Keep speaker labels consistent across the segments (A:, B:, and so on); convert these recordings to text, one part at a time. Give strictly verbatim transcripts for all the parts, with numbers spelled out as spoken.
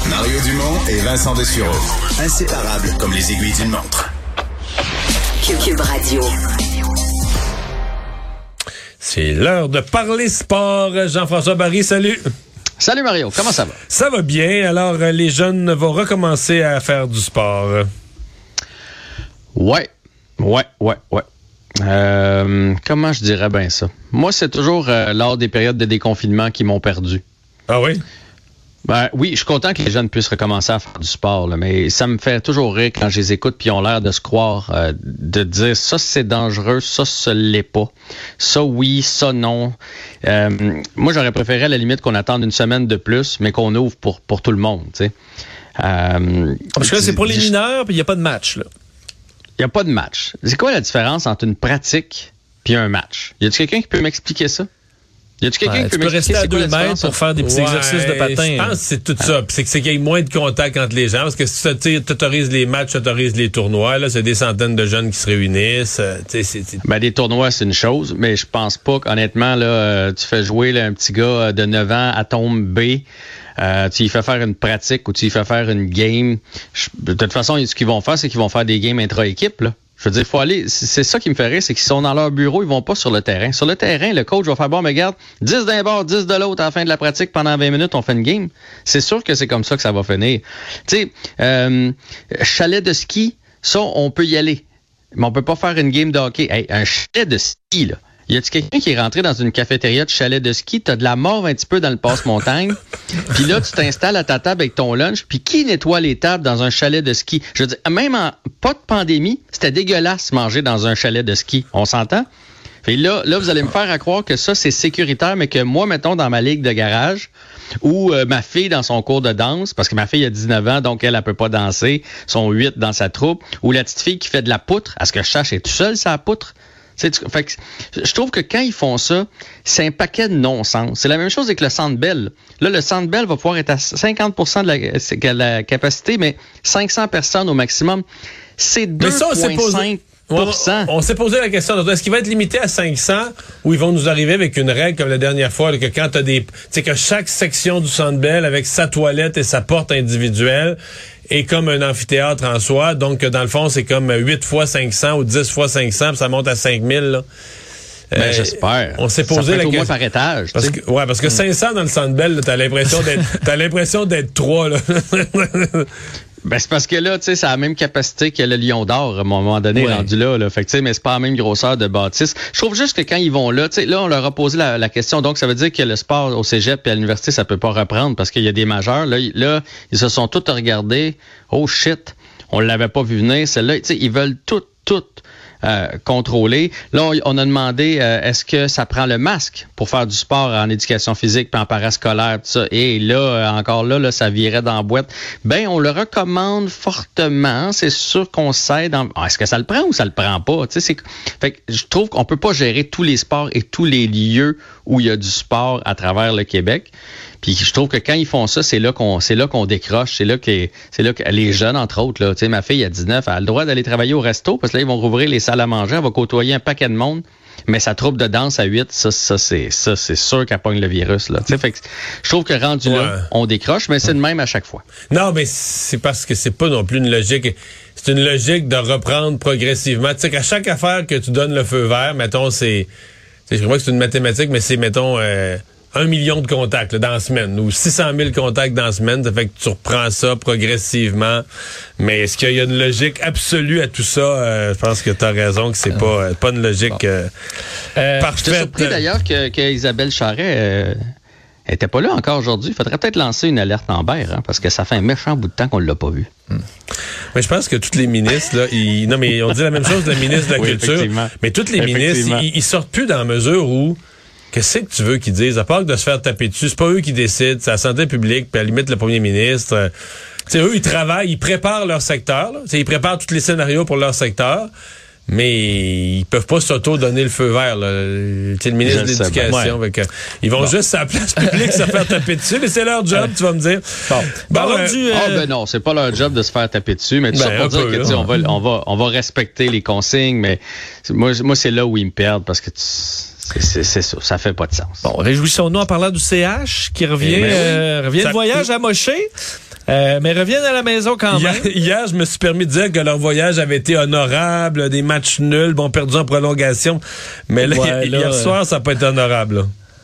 A: Mario Dumont et Vincent Dessureau. Inséparables comme les aiguilles d'une montre.
B: Cube Radio.
C: C'est l'heure de parler sport. Jean-François Barry, salut.
D: Salut Mario, comment ça va? Ça
C: va bien. Alors, les jeunes vont recommencer à faire du sport.
D: Ouais, ouais, ouais, ouais. Euh, comment je dirais bien ça? Moi, c'est toujours euh, lors des périodes de déconfinement qui m'ont perdu.
C: Ah oui?
D: Ben oui, je suis content que les jeunes puissent recommencer à faire du sport, là, mais ça me fait toujours rire quand je les écoute puis ils ont l'air de se croire, euh, de dire ça c'est dangereux, ça ce l'est pas, ça oui, ça non. Euh, moi j'aurais préféré à la limite qu'on attende une semaine de plus, mais qu'on ouvre pour pour tout le monde, tu sais. Euh,
E: Parce que là c'est pour les mineurs puis il y a pas de match là.
D: Il y a pas de match. C'est quoi la différence entre une pratique puis un match? Y a-t-il quelqu'un qui peut m'expliquer ça? Y a-tu quelqu'un
E: ouais,
D: qui peut
E: tu peux rester à deux mètres pour faire des petits
C: ouais,
E: exercices de patin?
C: Je pense que c'est tout ça. C'est, c'est qu'il y ait moins de contact entre les gens. Parce que si tu autorises les matchs, tu autorises les tournois. Là, c'est des centaines de jeunes qui se réunissent. Euh, c'est, c'est...
D: Ben, des tournois, c'est une chose, mais je pense pas qu'honnêtement, là, euh, tu fais jouer là, un petit gars de neuf ans à tombe B. Euh, tu y fais faire une pratique ou tu y fais faire une game. Je, de toute façon, ce qu'ils vont faire, c'est qu'ils vont faire des games intra-équipe, là. Je veux dire, faut aller. C'est ça qui me fait rire, c'est qu'ils sont dans leur bureau, ils vont pas sur le terrain. Sur le terrain, le coach va faire bon, mais regarde, dix d'un bord, dix de l'autre à la fin de la pratique pendant vingt minutes, on fait une game. C'est sûr que c'est comme ça que ça va finir. Tu sais, euh, chalet de ski, ça, on peut y aller. Mais on peut pas faire une game de hockey. Hey, un chalet de ski, là. Y a-tu quelqu'un qui est rentré dans une cafétéria de chalet de ski? T'as de la mort un petit peu dans le passe-montagne. Puis là, tu t'installes à ta table avec ton lunch. Puis qui nettoie les tables dans un chalet de ski? Je veux dire, même en pas de pandémie, c'était dégueulasse manger dans un chalet de ski. On s'entend? Puis là, là, vous allez me faire à croire que ça, c'est sécuritaire, mais que moi, mettons, dans ma ligue de garage, ou euh, ma fille dans son cours de danse, parce que ma fille a dix-neuf ans, donc elle, elle peut pas danser, sont huit dans sa troupe, ou la petite fille qui fait de la poutre, à ce que je sache, est tout seule, sa poutre. Tu, fait que, je trouve que quand ils font ça, c'est un paquet de non-sens. C'est la même chose avec le Centre Bell. Là, le Centre Bell va pouvoir être à cinquante pour cent de la, la capacité, mais cinq cents personnes au maximum. C'est deux virgule cinq pour cent.
C: On, on s'est posé la question, est-ce qu'il va être limité à cinq cents ou ils vont nous arriver avec une règle comme la dernière fois, là, que quand t'as des, tu sais, que chaque section du Centre Bell avec sa toilette et sa porte individuelle est comme un amphithéâtre en soi. Donc, dans le fond, c'est comme huit fois cinq cents ou dix fois cinq cents, puis ça monte à cinq mille, là.
D: Ben, euh, j'espère.
C: On s'est posé
D: ça
C: la
D: question. Au moins
C: par
D: étage.
C: Parce que, ouais, parce que cinq cents dans le Centre Bell, là, t'as l'impression d'être, t'as l'impression d'être trois, là.
D: Ben, c'est parce que là, tu sais, c'est la même capacité que le Lion d'Or, à un moment donné, ouais. rendu là, là. Fait que, tu sais, mais c'est pas la même grosseur de bâtisse. Je trouve juste que quand ils vont là, tu sais, là, on leur a posé la, la question. Donc, ça veut dire que le sport au cégep et à l'université, ça peut pas reprendre parce qu'il y a des majeurs. Là, là, ils se sont tous regardés. Oh shit, on l'avait pas vu venir. Celle-là, tu sais, ils veulent tout, tout. Euh, contrôlé. Là, on a demandé euh, est-ce que ça prend le masque pour faire du sport en éducation physique puis en parascolaire, tout ça. Et là, euh, encore là, là, ça virait dans la boîte. Ben, on le recommande fortement. C'est sûr qu'on s'aide. En... Est-ce que ça le prend ou ça le prend pas? Tu sais, c'est... Fait que je trouve qu'on peut pas gérer tous les sports et tous les lieux où il y a du sport à travers le Québec. Puis je trouve que quand ils font ça, c'est là qu'on c'est là qu'on décroche, c'est là que c'est là que les jeunes entre autres là, tu sais ma fille a dix-neuf, elle a le droit d'aller travailler au resto parce que là ils vont rouvrir les salles à manger, elle va côtoyer un paquet de monde, mais sa troupe de danse à huit, ça ça c'est ça c'est sûr qu'elle pogne le virus là. Tu sais fait que je trouve que rendu ouais. là, on décroche, mais c'est le même à chaque fois.
C: Non, mais c'est parce que c'est pas non plus une logique, c'est une logique de reprendre progressivement. Tu sais qu'à chaque affaire que tu donnes le feu vert, mettons c'est je crois que c'est une mathématique, mais c'est mettons euh, un million de contacts là, dans la semaine ou six cent mille contacts dans la semaine. Ça fait que tu reprends ça progressivement. Mais est-ce qu'il y a une logique absolue à tout ça? Euh, je pense que tu as raison que c'est euh, pas, pas une logique euh, euh, parfaite.
D: J'étais surpris d'ailleurs que, que Isabelle Charret euh, était pas là encore aujourd'hui. Il faudrait peut-être lancer une alerte Amber, hein, parce que ça fait un méchant bout de temps qu'on l'a pas vu.
C: Hmm. Mais je pense que tous les ministres, là, ils, non mais on dit la même chose de la ministre de la oui, Culture, mais tous les ministres, ils, ils sortent plus dans la mesure où qu'est-ce que tu veux qu'ils disent? À part que de se faire taper dessus, c'est pas eux qui décident, c'est la santé publique, puis à la limite le premier ministre. Euh, t'sais, eux, ils travaillent, ils préparent leur secteur, là, ils préparent tous les scénarios pour leur secteur, mais ils peuvent pas s'auto-donner le feu vert. Là. T'sais, le ministre de l'Éducation, ouais. que, ils vont bon. juste à la place publique se faire taper dessus, mais c'est leur job, tu vas me dire. Bon,
D: bon euh, rendu, euh... Ah ben non, c'est pas leur job de se faire taper dessus, mais tout ben, ça pour dire peu, que t'sais, on va on va on va respecter les consignes, mais moi moi c'est là où ils me perdent parce que tu... C'est, c'est, c'est ça, ça fait pas de sens.
E: Bon, réjouissons-nous en parlant du C H qui revient, eh ben oui. euh, revient ça... de voyage à Moché. Euh, mais reviennent à la maison quand
C: hier,
E: même.
C: Hier, je me suis permis de dire que leur voyage avait été honorable, des matchs nuls, bon, perdus en prolongation. Mais là, ouais, hier, là, soir, ça n'a pas été honorable. Là.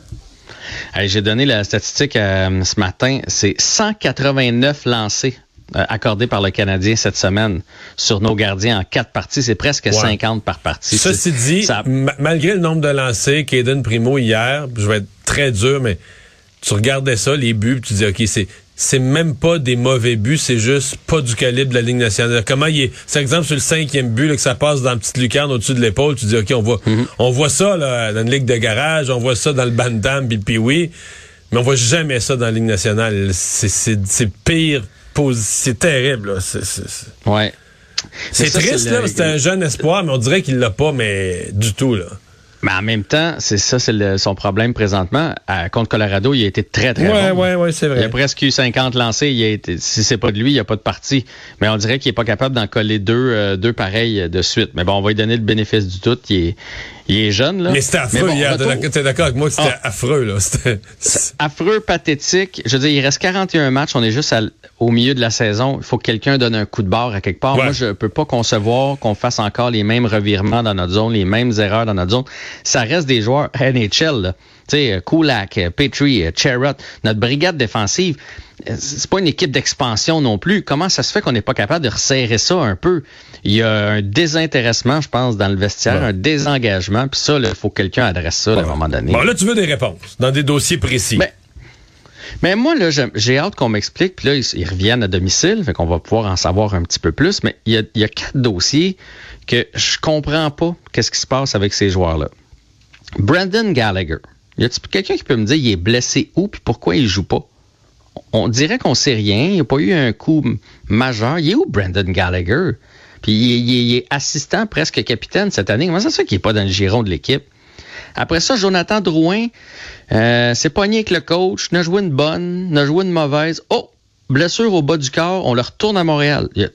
D: Hey, j'ai donné la statistique euh, ce matin. C'est cent quatre-vingt-neuf lancés euh, accordés par le Canadien cette semaine sur nos gardiens en quatre parties. C'est presque ouais. cinquante par partie.
C: Ceci dit, ça... ma- malgré le nombre de lancés qu'Aiden Primo hier, je vais être très dur, mais tu regardais ça, les buts, puis tu dis, OK, c'est... c'est même pas des mauvais buts, c'est juste pas du calibre de la Ligue nationale. Comment il est... C'est exemple sur le cinquième but, là, que ça passe dans la petite lucarne au-dessus de l'épaule, tu dis, OK, on voit, mm-hmm. on voit ça là, dans une ligue de garage, on voit ça dans le bantam, puis le pee-wee, mais on voit jamais ça dans la Ligue nationale. C'est, c'est, c'est pire, c'est terrible. Là. C'est, c'est, c'est...
D: Ouais.
C: C'est ça, triste, c'est là, le... c'est un jeune espoir, mais on dirait qu'il l'a pas, mais du tout, là.
D: Mais en même temps, c'est ça, c'est le, son problème présentement. À, contre Colorado, il a été très, très
C: ouais,
D: bon.
C: Ouais, ouais, c'est vrai.
D: Il a presque eu cinquante lancés. Il a été, si c'est pas de lui, il n'y a pas de partie. Mais on dirait qu'il est pas capable d'en coller deux, euh, deux pareils de suite. Mais bon, on va lui donner le bénéfice du doute. Il est, il est jeune, là.
C: Mais c'était affreux
D: bon,
C: hier. Retour... T'es d'accord avec moi que c'était ah. affreux, là. C'était...
D: affreux, pathétique. Je veux dire, il reste quarante et un matchs. On est juste à, au milieu de la saison. Il faut que quelqu'un donne un coup de barre à quelque part. Ouais. Moi, je peux pas concevoir qu'on fasse encore les mêmes revirements dans notre zone, les mêmes erreurs dans notre zone. Ça reste des joueurs N H L, là. Tu sais, Kulak, Petrie, Cherrott, notre brigade défensive, c'est pas une équipe d'expansion non plus. Comment ça se fait qu'on n'est pas capable de resserrer ça un peu? Il y a un désintéressement, je pense, dans le vestiaire, bon. un désengagement, puis ça, il faut que quelqu'un adresse ça bon. à un moment donné.
C: Bon, là, tu veux des réponses dans des dossiers précis.
D: Ben, mais moi, là, j'ai hâte qu'on m'explique, puis là, ils, ils reviennent à domicile, fait qu'on va pouvoir en savoir un petit peu plus, mais il y a, il y a quatre dossiers que je comprends pas qu'est-ce qui se passe avec ces joueurs-là. Brendan Gallagher. Y a-t-il quelqu'un qui peut me dire il est blessé où puis pourquoi il joue pas? On dirait qu'on sait rien. Il n'y a pas eu un coup majeur. Il est où Brendan Gallagher? Puis il est, il est assistant presque capitaine cette année. Comment ça se fait qu'il n'est pas dans le giron de l'équipe? Après ça, Jonathan Drouin euh, s'est pogné avec le coach, n'a joué une bonne, n'a joué une mauvaise. Oh! Blessure au bas du corps, on le retourne à Montréal. Il y a,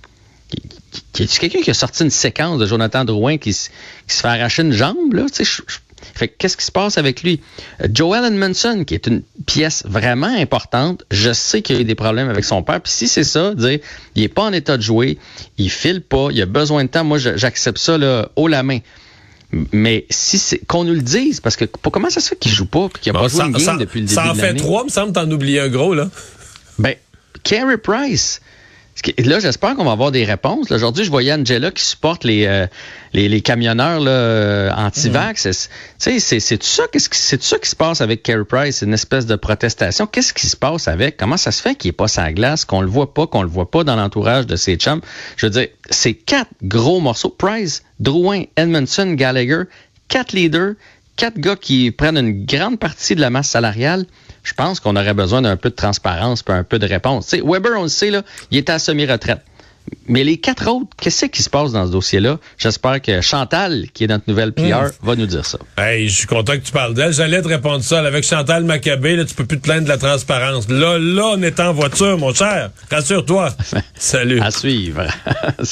D: y a-t-il quelqu'un qui a sorti une séquence de Jonathan Drouin qui, qui se fait arracher une jambe, là? Tu sais, je, je, Fait qu'est-ce qui se passe avec lui? Joel Edmondson, qui est une pièce vraiment importante, je sais qu'il y a eu des problèmes avec son père. Puis si c'est ça, dire il est pas en état de jouer, il file pas, il a besoin de temps, moi j'accepte ça là, haut la main. Mais si c'est qu'on nous le dise, parce que pour, comment ça se fait qu'il joue pas, qu'il a bon, pas joué ça, une game ça, depuis le début de l'année?
C: Ça en fait trois, me semble, t'en oublies un gros, là.
D: Ben, Carey Price. Là, j'espère qu'on va avoir des réponses. Là, aujourd'hui, je voyais Angela qui supporte les euh, les, les camionneurs là, euh, anti-vax. Mmh. Tu sais, c'est, c'est tout ça. Qu'est-ce qui, c'est tout ça qui se passe avec Carey Price? C'est une espèce de protestation. Qu'est-ce qui se passe avec? Comment ça se fait qu'il n'est pas sur la glace, qu'on le voit pas, qu'on le voit pas dans l'entourage de ses chums? Je veux dire, c'est quatre gros morceaux. Price, Drouin, Edmondson, Gallagher, quatre leaders, quatre gars qui prennent une grande partie de la masse salariale. Je pense qu'on aurait besoin d'un peu de transparence et un peu de réponse. T'sais, Weber, on le sait, là, il est à semi-retraite. Mais les quatre autres, qu'est-ce qui se passe dans ce dossier-là? J'espère que Chantal, qui est notre nouvelle P R, mmh. va nous dire ça.
C: Hey, je suis content que tu parles d'elle. J'allais te répondre ça. Avec Chantal Maccabé, là, tu peux plus te plaindre de la transparence. Là, là, on est en voiture, mon cher. Rassure-toi. Salut.
D: À suivre.